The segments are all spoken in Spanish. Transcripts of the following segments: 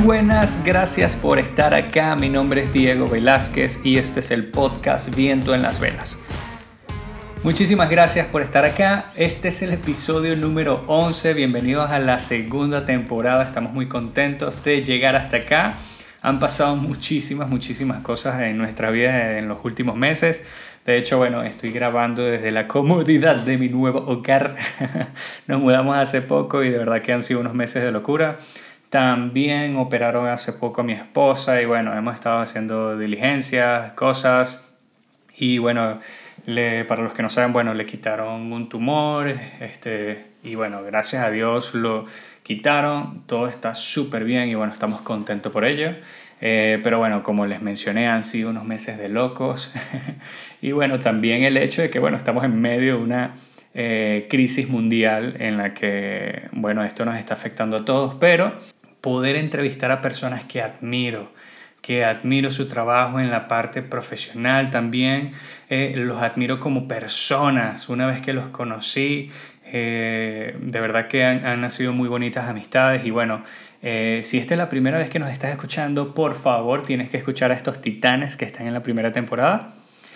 buenas, gracias por estar acá. Mi nombre es Diego Velázquez y este es el podcast Viento en las Velas. Muchísimas gracias por estar acá. Este es el episodio número 11. Bienvenidos a la segunda temporada. Estamos muy contentos de llegar hasta acá. Han pasado muchísimas cosas en nuestra vida en los últimos meses. De hecho, estoy grabando desde la comodidad de mi nuevo hogar. Nos mudamos hace poco y de verdad que han sido unos meses de locura. También operaron hace poco a mi esposa y hemos estado haciendo diligencias, cosas. Y para los que no saben, le quitaron un tumor, y gracias a Dios lo quitaron, todo está súper bien y estamos contentos por ello. Pero como les mencioné, han sido unos meses de locos. Y también el hecho de que estamos en medio de una crisis mundial en la que esto nos está afectando a todos, pero poder entrevistar a personas que admiro su trabajo en la parte profesional también, los admiro como personas. Una vez que los conocí, de verdad que han nacido muy bonitas amistades. Y si esta es la primera vez que nos estás escuchando, por favor tienes que escuchar a estos titanes que están en la primera temporada.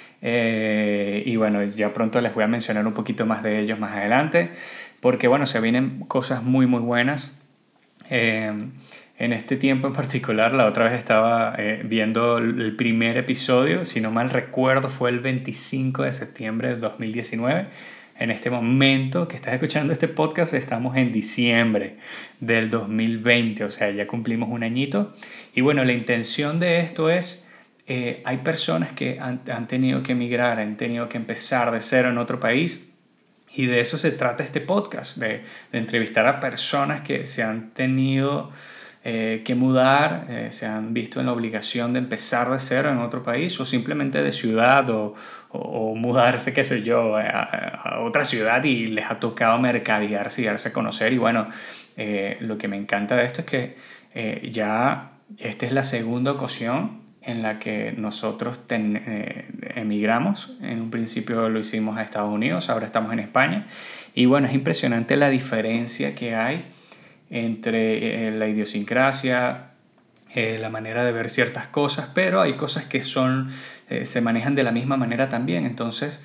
Ya pronto les voy a mencionar un poquito más de ellos más adelante, porque se vienen cosas muy buenas. En este tiempo en particular, la otra vez estaba viendo el primer episodio, si no mal recuerdo fue el 25 de septiembre de 2019. En este momento que estás escuchando este podcast estamos en diciembre del 2020, o sea, ya cumplimos un añito. Y la intención de esto es, hay personas que han tenido que emigrar, han tenido que empezar de cero en otro país. Y de eso se trata este podcast, de entrevistar a personas que se han tenido que mudar, se han visto en la obligación de empezar de cero en otro país o simplemente de ciudad o mudarse, qué sé yo, a otra ciudad y les ha tocado mercadearse y darse a conocer. Y lo que me encanta de esto es que ya esta es la segunda ocasión en la que nosotros emigramos. En un principio lo hicimos a Estados Unidos, ahora estamos en España. Y es impresionante la diferencia que hay entre la idiosincrasia, la manera de ver ciertas cosas, pero hay cosas que se manejan de la misma manera también. Entonces,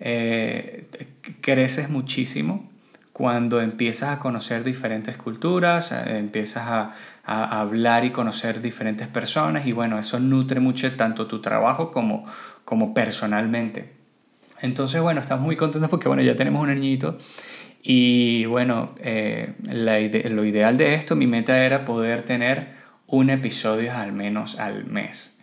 creces muchísimo cuando empiezas a conocer diferentes culturas, empiezas a hablar y conocer diferentes personas y eso nutre mucho tanto tu trabajo como personalmente. Entonces, estamos muy contentos porque ya tenemos un añito y lo ideal de esto, mi meta era poder tener un episodio al menos al mes.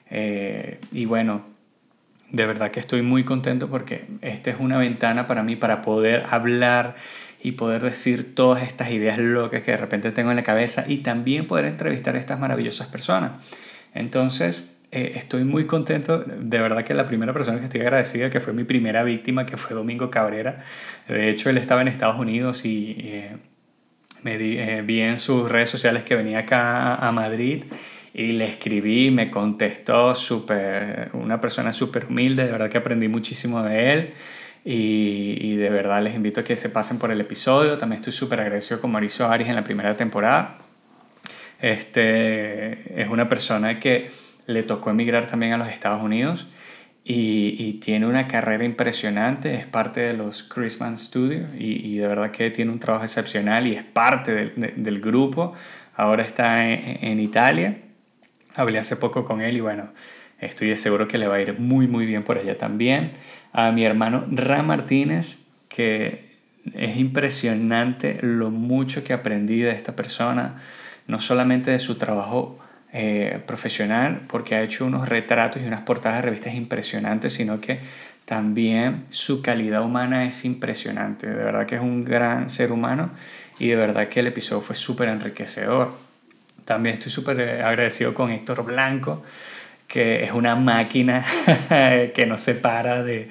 De verdad que estoy muy contento porque esta es una ventana para mí para poder hablar y poder decir todas estas ideas locas que de repente tengo en la cabeza y también poder entrevistar a estas maravillosas personas. Entonces, estoy muy contento. De verdad que la primera persona que estoy agradecida, que fue mi primera víctima, que fue Domingo Cabrera. De hecho, él estaba en Estados Unidos y vi en sus redes sociales que venía acá a Madrid y le escribí, me contestó una persona súper humilde. De verdad que aprendí muchísimo de él. Y de verdad les invito a que se pasen por el episodio. También estoy súper agradecido con Mauricio Arias en la primera temporada. Es una persona que le tocó emigrar también a los Estados Unidos y tiene una carrera impresionante. Es parte de los Chrisman Studios y de verdad que tiene un trabajo excepcional y es parte del grupo. Ahora está en Italia. Hablé hace poco con él y estoy seguro que le va a ir muy bien por allá también. A mi hermano Ram Martínez, que es impresionante lo mucho que aprendí de esta persona, no solamente de su trabajo profesional, porque ha hecho unos retratos y unas portadas de revistas impresionantes, sino que también su calidad humana es impresionante. De verdad que es un gran ser humano y de verdad que el episodio fue súper enriquecedor. También estoy súper agradecido con Héctor Blanco, que es una máquina que no se para de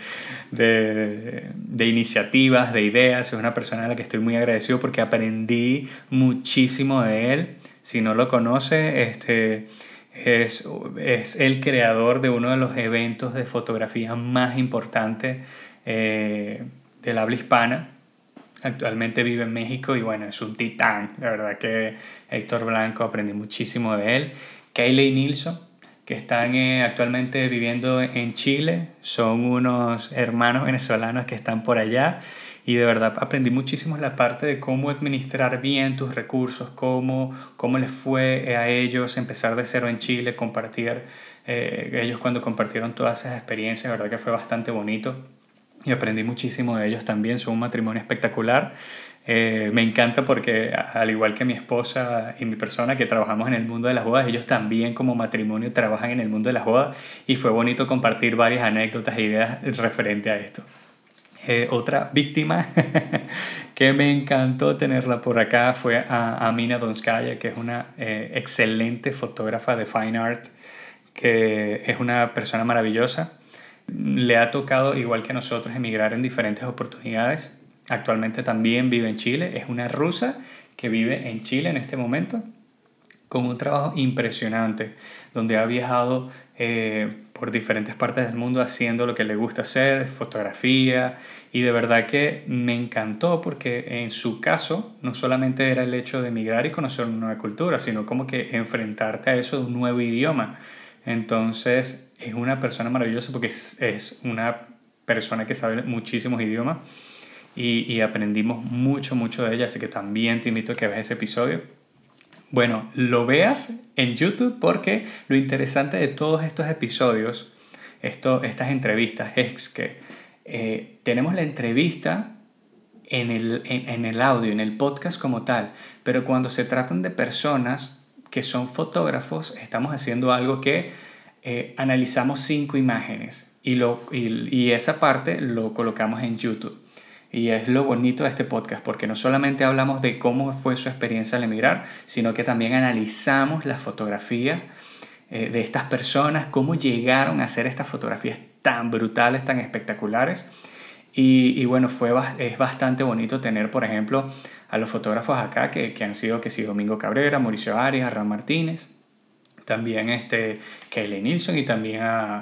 iniciativas, de ideas. Es una persona a la que estoy muy agradecido porque aprendí muchísimo de él. Si no lo conoce, es el creador de uno de los eventos de fotografía más importantes del habla hispana. Actualmente vive en México y bueno, es un titán. De verdad que Héctor Blanco, aprendí muchísimo de él. Kayleigh Nilsson, que están actualmente viviendo en Chile, son unos hermanos venezolanos que están por allá y de verdad aprendí muchísimo la parte de cómo administrar bien tus recursos, cómo les fue a ellos empezar de cero en Chile, compartir, ellos cuando compartieron todas esas experiencias, de verdad que fue bastante bonito. Y aprendí muchísimo de ellos también, son un matrimonio espectacular. Me encanta porque al igual que mi esposa y mi persona que trabajamos en el mundo de las bodas, ellos también como matrimonio trabajan en el mundo de las bodas y fue bonito compartir varias anécdotas e ideas referente a esto. Otra víctima que me encantó tenerla por acá fue a Amina Donskaya, que es una excelente fotógrafa de fine art, que es una persona maravillosa. Le ha tocado, igual que a nosotros, emigrar en diferentes oportunidades. Actualmente también vive en Chile. Es una rusa que vive en Chile en este momento con un trabajo impresionante, donde ha viajado por diferentes partes del mundo haciendo lo que le gusta hacer, fotografía, y de verdad que me encantó porque en su caso no solamente era el hecho de emigrar y conocer una nueva cultura, sino como que enfrentarte a eso de un nuevo idioma. Entonces es una persona maravillosa porque es una persona que sabe muchísimos idiomas y aprendimos mucho de ella, así que también te invito a que veas ese episodio. Bueno, lo veas en YouTube porque lo interesante de todos estos episodios, estas entrevistas, es que tenemos la entrevista en el audio, en el podcast como tal, pero cuando se tratan de personas que son fotógrafos, estamos haciendo algo que analizamos 5 imágenes y esa parte lo colocamos en YouTube. Y es lo bonito de este podcast, porque no solamente hablamos de cómo fue su experiencia al emigrar, sino que también analizamos las fotografías de estas personas, cómo llegaron a hacer estas fotografías tan brutales, tan espectaculares. Y bueno, es bastante bonito tener, por ejemplo, a los fotógrafos acá que han sido, que sí, Domingo Cabrera, Mauricio Arias, Abraham Martínez, también Kayleigh Nilsson y también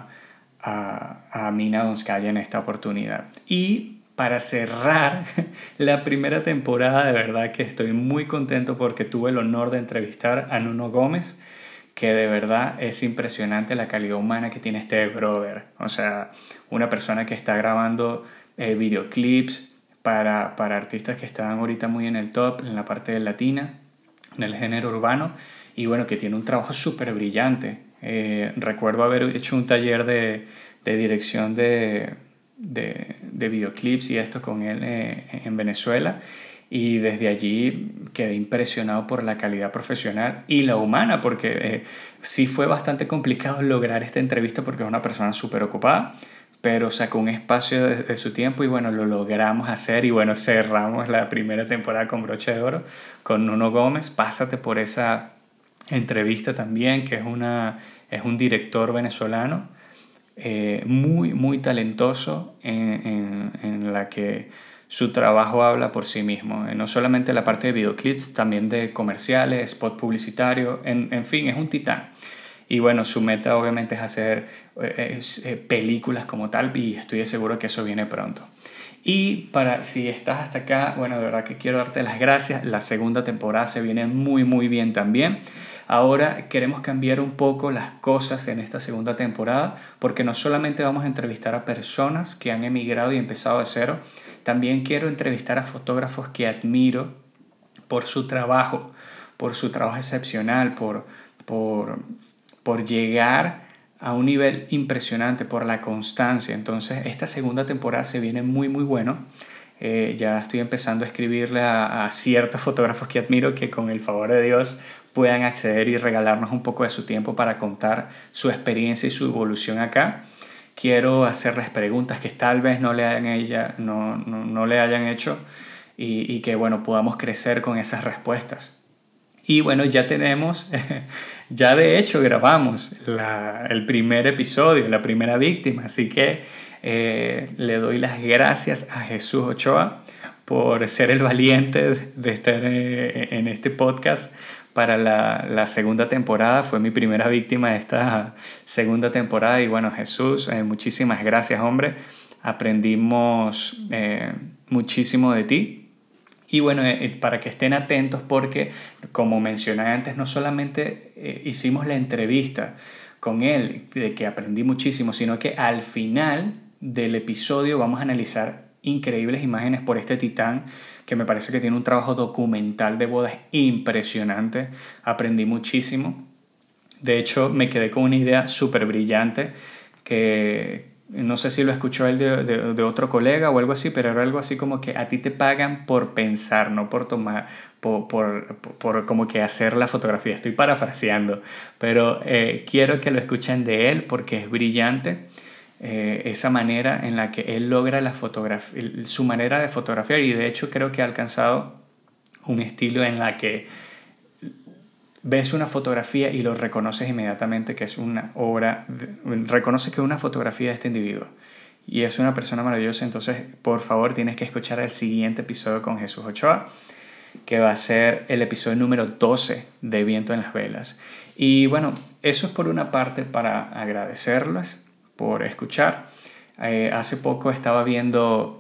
a Mina Donskaya en esta oportunidad. Y para cerrar la primera temporada, de verdad que estoy muy contento porque tuve el honor de entrevistar a Nuno Gómez, que de verdad es impresionante la calidad humana que tiene este brother. O sea, una persona que está grabando videoclips para artistas que están ahorita muy en el top, en la parte latina, en el género urbano, y bueno, que tiene un trabajo súper brillante. Recuerdo haber hecho un taller de dirección de videoclips y esto con él en Venezuela, y desde allí quedé impresionado por la calidad profesional y la humana, porque sí fue bastante complicado lograr esta entrevista porque es una persona súper ocupada, pero sacó un espacio de su tiempo y bueno, lo logramos hacer y bueno, cerramos la primera temporada con broche de oro con Nuno Gómez. Pásate por esa entrevista también, que es un director venezolano muy talentoso en la que su trabajo habla por sí mismo. No solamente la parte de videoclips, también de comerciales, spot publicitario, en fin, es un titán. Y bueno, su meta obviamente es hacer películas como tal y estoy seguro que eso viene pronto. Y si estás hasta acá, bueno, de verdad que quiero darte las gracias. La segunda temporada se viene muy bien también. Ahora queremos cambiar un poco las cosas en esta segunda temporada porque no solamente vamos a entrevistar a personas que han emigrado y empezado de cero, también quiero entrevistar a fotógrafos que admiro por su trabajo excepcional, por llegar a un nivel impresionante, por la constancia. Entonces esta segunda temporada se viene muy bueno. Ya estoy empezando a escribirle a ciertos fotógrafos que admiro que con el favor de Dios puedan acceder y regalarnos un poco de su tiempo para contar su experiencia y su evolución acá. Quiero hacerles preguntas que tal vez no le hayan hecho y que bueno, podamos crecer con esas respuestas. Y bueno, ya tenemos, ya de hecho grabamos el primer episodio, la primera víctima, así que le doy las gracias a Jesús Ochoa por ser el valiente de estar en este podcast para la segunda temporada. Fue mi primera víctima de esta segunda temporada y bueno, Jesús, muchísimas gracias, hombre. Aprendimos muchísimo de ti. Y bueno, para que estén atentos porque, como mencioné antes, no solamente hicimos la entrevista con él, de que aprendí muchísimo, sino que al final del episodio vamos a analizar increíbles imágenes por este titán, que me parece que tiene un trabajo documental de bodas impresionante. Aprendí muchísimo. De hecho, me quedé con una idea súper brillante que no sé si lo escuchó él de otro colega o algo así, pero era algo así como que a ti te pagan por pensar, no por tomar, por como que hacer la fotografía. Estoy parafraseando, pero quiero que lo escuchen de él porque es brillante. Esa manera en la que él logra la fotografía, su manera de fotografiar, y de hecho creo que ha alcanzado un estilo en la que ves una fotografía y lo reconoces inmediatamente que es una obra, reconoces que es una fotografía de este individuo y es una persona maravillosa. Entonces, por favor, tienes que escuchar el siguiente episodio con Jesús Ochoa, que va a ser el episodio número 12 de Viento en las Velas. Y bueno, eso es por una parte para agradecerles por escuchar. Hace poco estaba viendo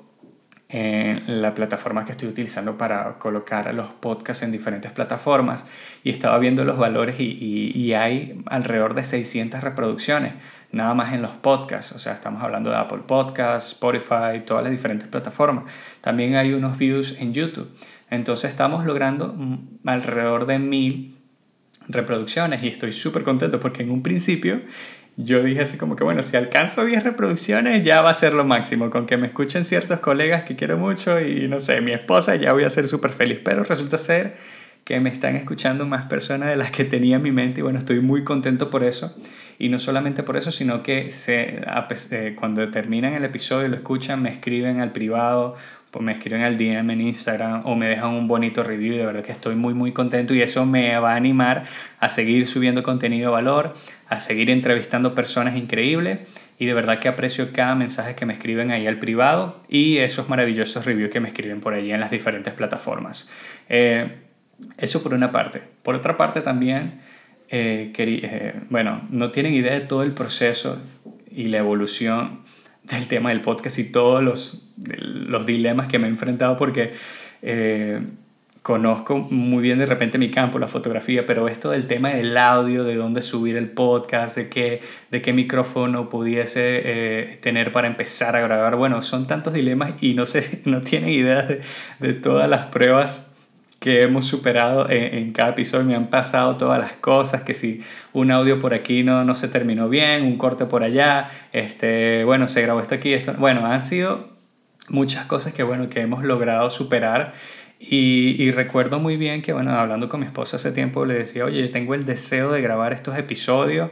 en la plataforma que estoy utilizando para colocar los podcasts en diferentes plataformas y estaba viendo los valores y hay alrededor de 600 reproducciones nada más en los podcasts. O sea, estamos hablando de Apple Podcasts, Spotify, todas las diferentes plataformas. También hay unos views en YouTube. Entonces estamos logrando alrededor de 1000 reproducciones y estoy súper contento porque en un principio yo dije así como que bueno, si alcanzo 10 reproducciones ya va a ser lo máximo, con que me escuchen ciertos colegas que quiero mucho y no sé, mi esposa, ya voy a ser súper feliz, pero resulta ser que me están escuchando más personas de las que tenía en mi mente y bueno, estoy muy contento por eso. Y no solamente por eso, sino que cuando terminan el episodio y lo escuchan, me escriben al privado, pues me escriben al DM en Instagram o me dejan un bonito review. Y de verdad que estoy muy muy contento y eso me va a animar a seguir subiendo contenido de valor, a seguir entrevistando personas increíbles. Y de verdad que aprecio cada mensaje que me escriben ahí al privado y esos maravillosos reviews que me escriben por allí en las diferentes plataformas. Eso por una parte. Por otra parte también, bueno, no tienen idea de todo el proceso y la evolución del tema del podcast y todos los dilemas que me he enfrentado porque conozco muy bien de repente mi campo, la fotografía, pero esto del tema del audio, de dónde subir el podcast, de qué micrófono pudiese tener para empezar a grabar, bueno, son tantos dilemas y no sé, no tienen idea de todas las pruebas que hemos superado en cada episodio. Me han pasado todas las cosas, que si un audio por aquí no se terminó bien, un corte por allá, bueno, se grabó esto aquí, esto, bueno, han sido muchas cosas que, bueno, que hemos logrado superar. Y recuerdo muy bien que, bueno, hablando con mi esposa hace tiempo, le decía, oye, yo tengo el deseo de grabar estos episodios.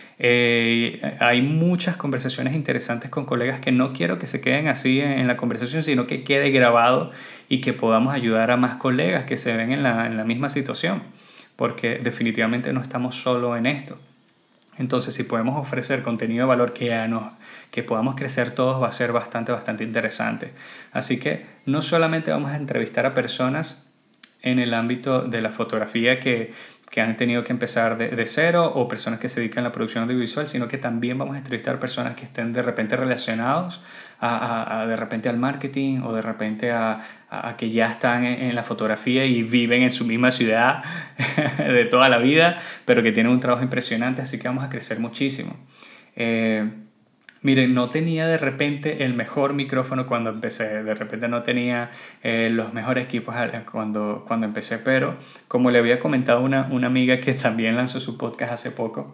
Hay muchas conversaciones interesantes con colegas que no quiero que se queden así en la conversación, sino que quede grabado y que podamos ayudar a más colegas que se ven en la misma situación, porque definitivamente no estamos solo en esto. Entonces, si podemos ofrecer contenido de valor que podamos crecer todos, va a ser bastante interesante. Así que no solamente vamos a entrevistar a personas en el ámbito de la fotografía que han tenido que empezar de cero o personas que se dedican a la producción audiovisual, sino que también vamos a entrevistar personas que estén de repente relacionados de repente al marketing o de repente a que ya están en la fotografía y viven en su misma ciudad de toda la vida, pero que tienen un trabajo impresionante, así que vamos a crecer muchísimo. Miren, no tenía de repente el mejor micrófono cuando empecé, de repente no tenía los mejores equipos cuando empecé, pero como le había comentado una amiga que también lanzó su podcast hace poco,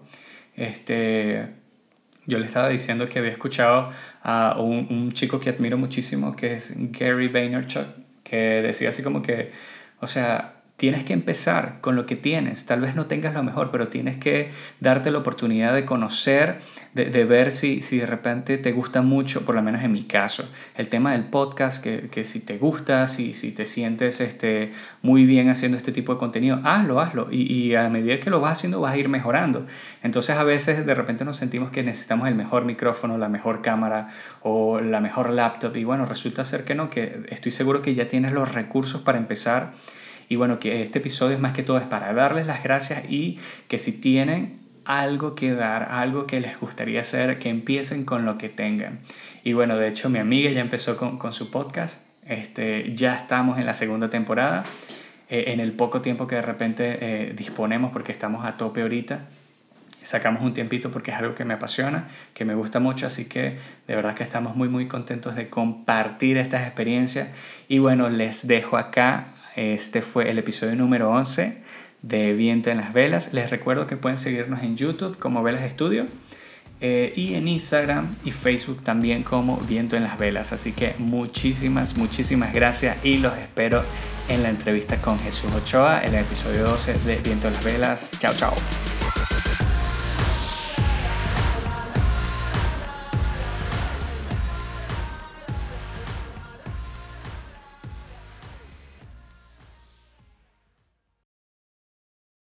yo le estaba diciendo que había escuchado a un chico que admiro muchísimo, que es Gary Vaynerchuk, que decía así como que, o sea, tienes que empezar con lo que tienes. Tal vez no tengas lo mejor, pero tienes que darte la oportunidad de conocer, de ver si de repente te gusta mucho, por lo menos en mi caso, el tema del podcast, que si te gusta, si te sientes muy bien haciendo este tipo de contenido, hazlo. Y a medida que lo vas haciendo vas a ir mejorando. Entonces a veces de repente nos sentimos que necesitamos el mejor micrófono, la mejor cámara o la mejor laptop. Y bueno, resulta ser que no, que estoy seguro que ya tienes los recursos para empezar. Y bueno, que este episodio es más que todo es para darles las gracias y que si tienen algo que dar, algo que les gustaría hacer, que empiecen con lo que tengan. Y bueno, de hecho mi amiga ya empezó con su podcast Ya estamos en la segunda temporada, en el poco tiempo que de repente disponemos, porque estamos a tope ahorita. Sacamos un tiempito porque es algo que me apasiona, que me gusta mucho, así que de verdad que estamos muy muy contentos de compartir estas experiencias. Y bueno, les dejo acá, este fue el episodio número 11 de Viento en las Velas. Les recuerdo que pueden seguirnos en YouTube como Velas Estudio, y en Instagram y Facebook también como Viento en las Velas. Así que muchísimas gracias y los espero en la entrevista con Jesús Ochoa, en el episodio 12 de Viento en las Velas. Chao, chao.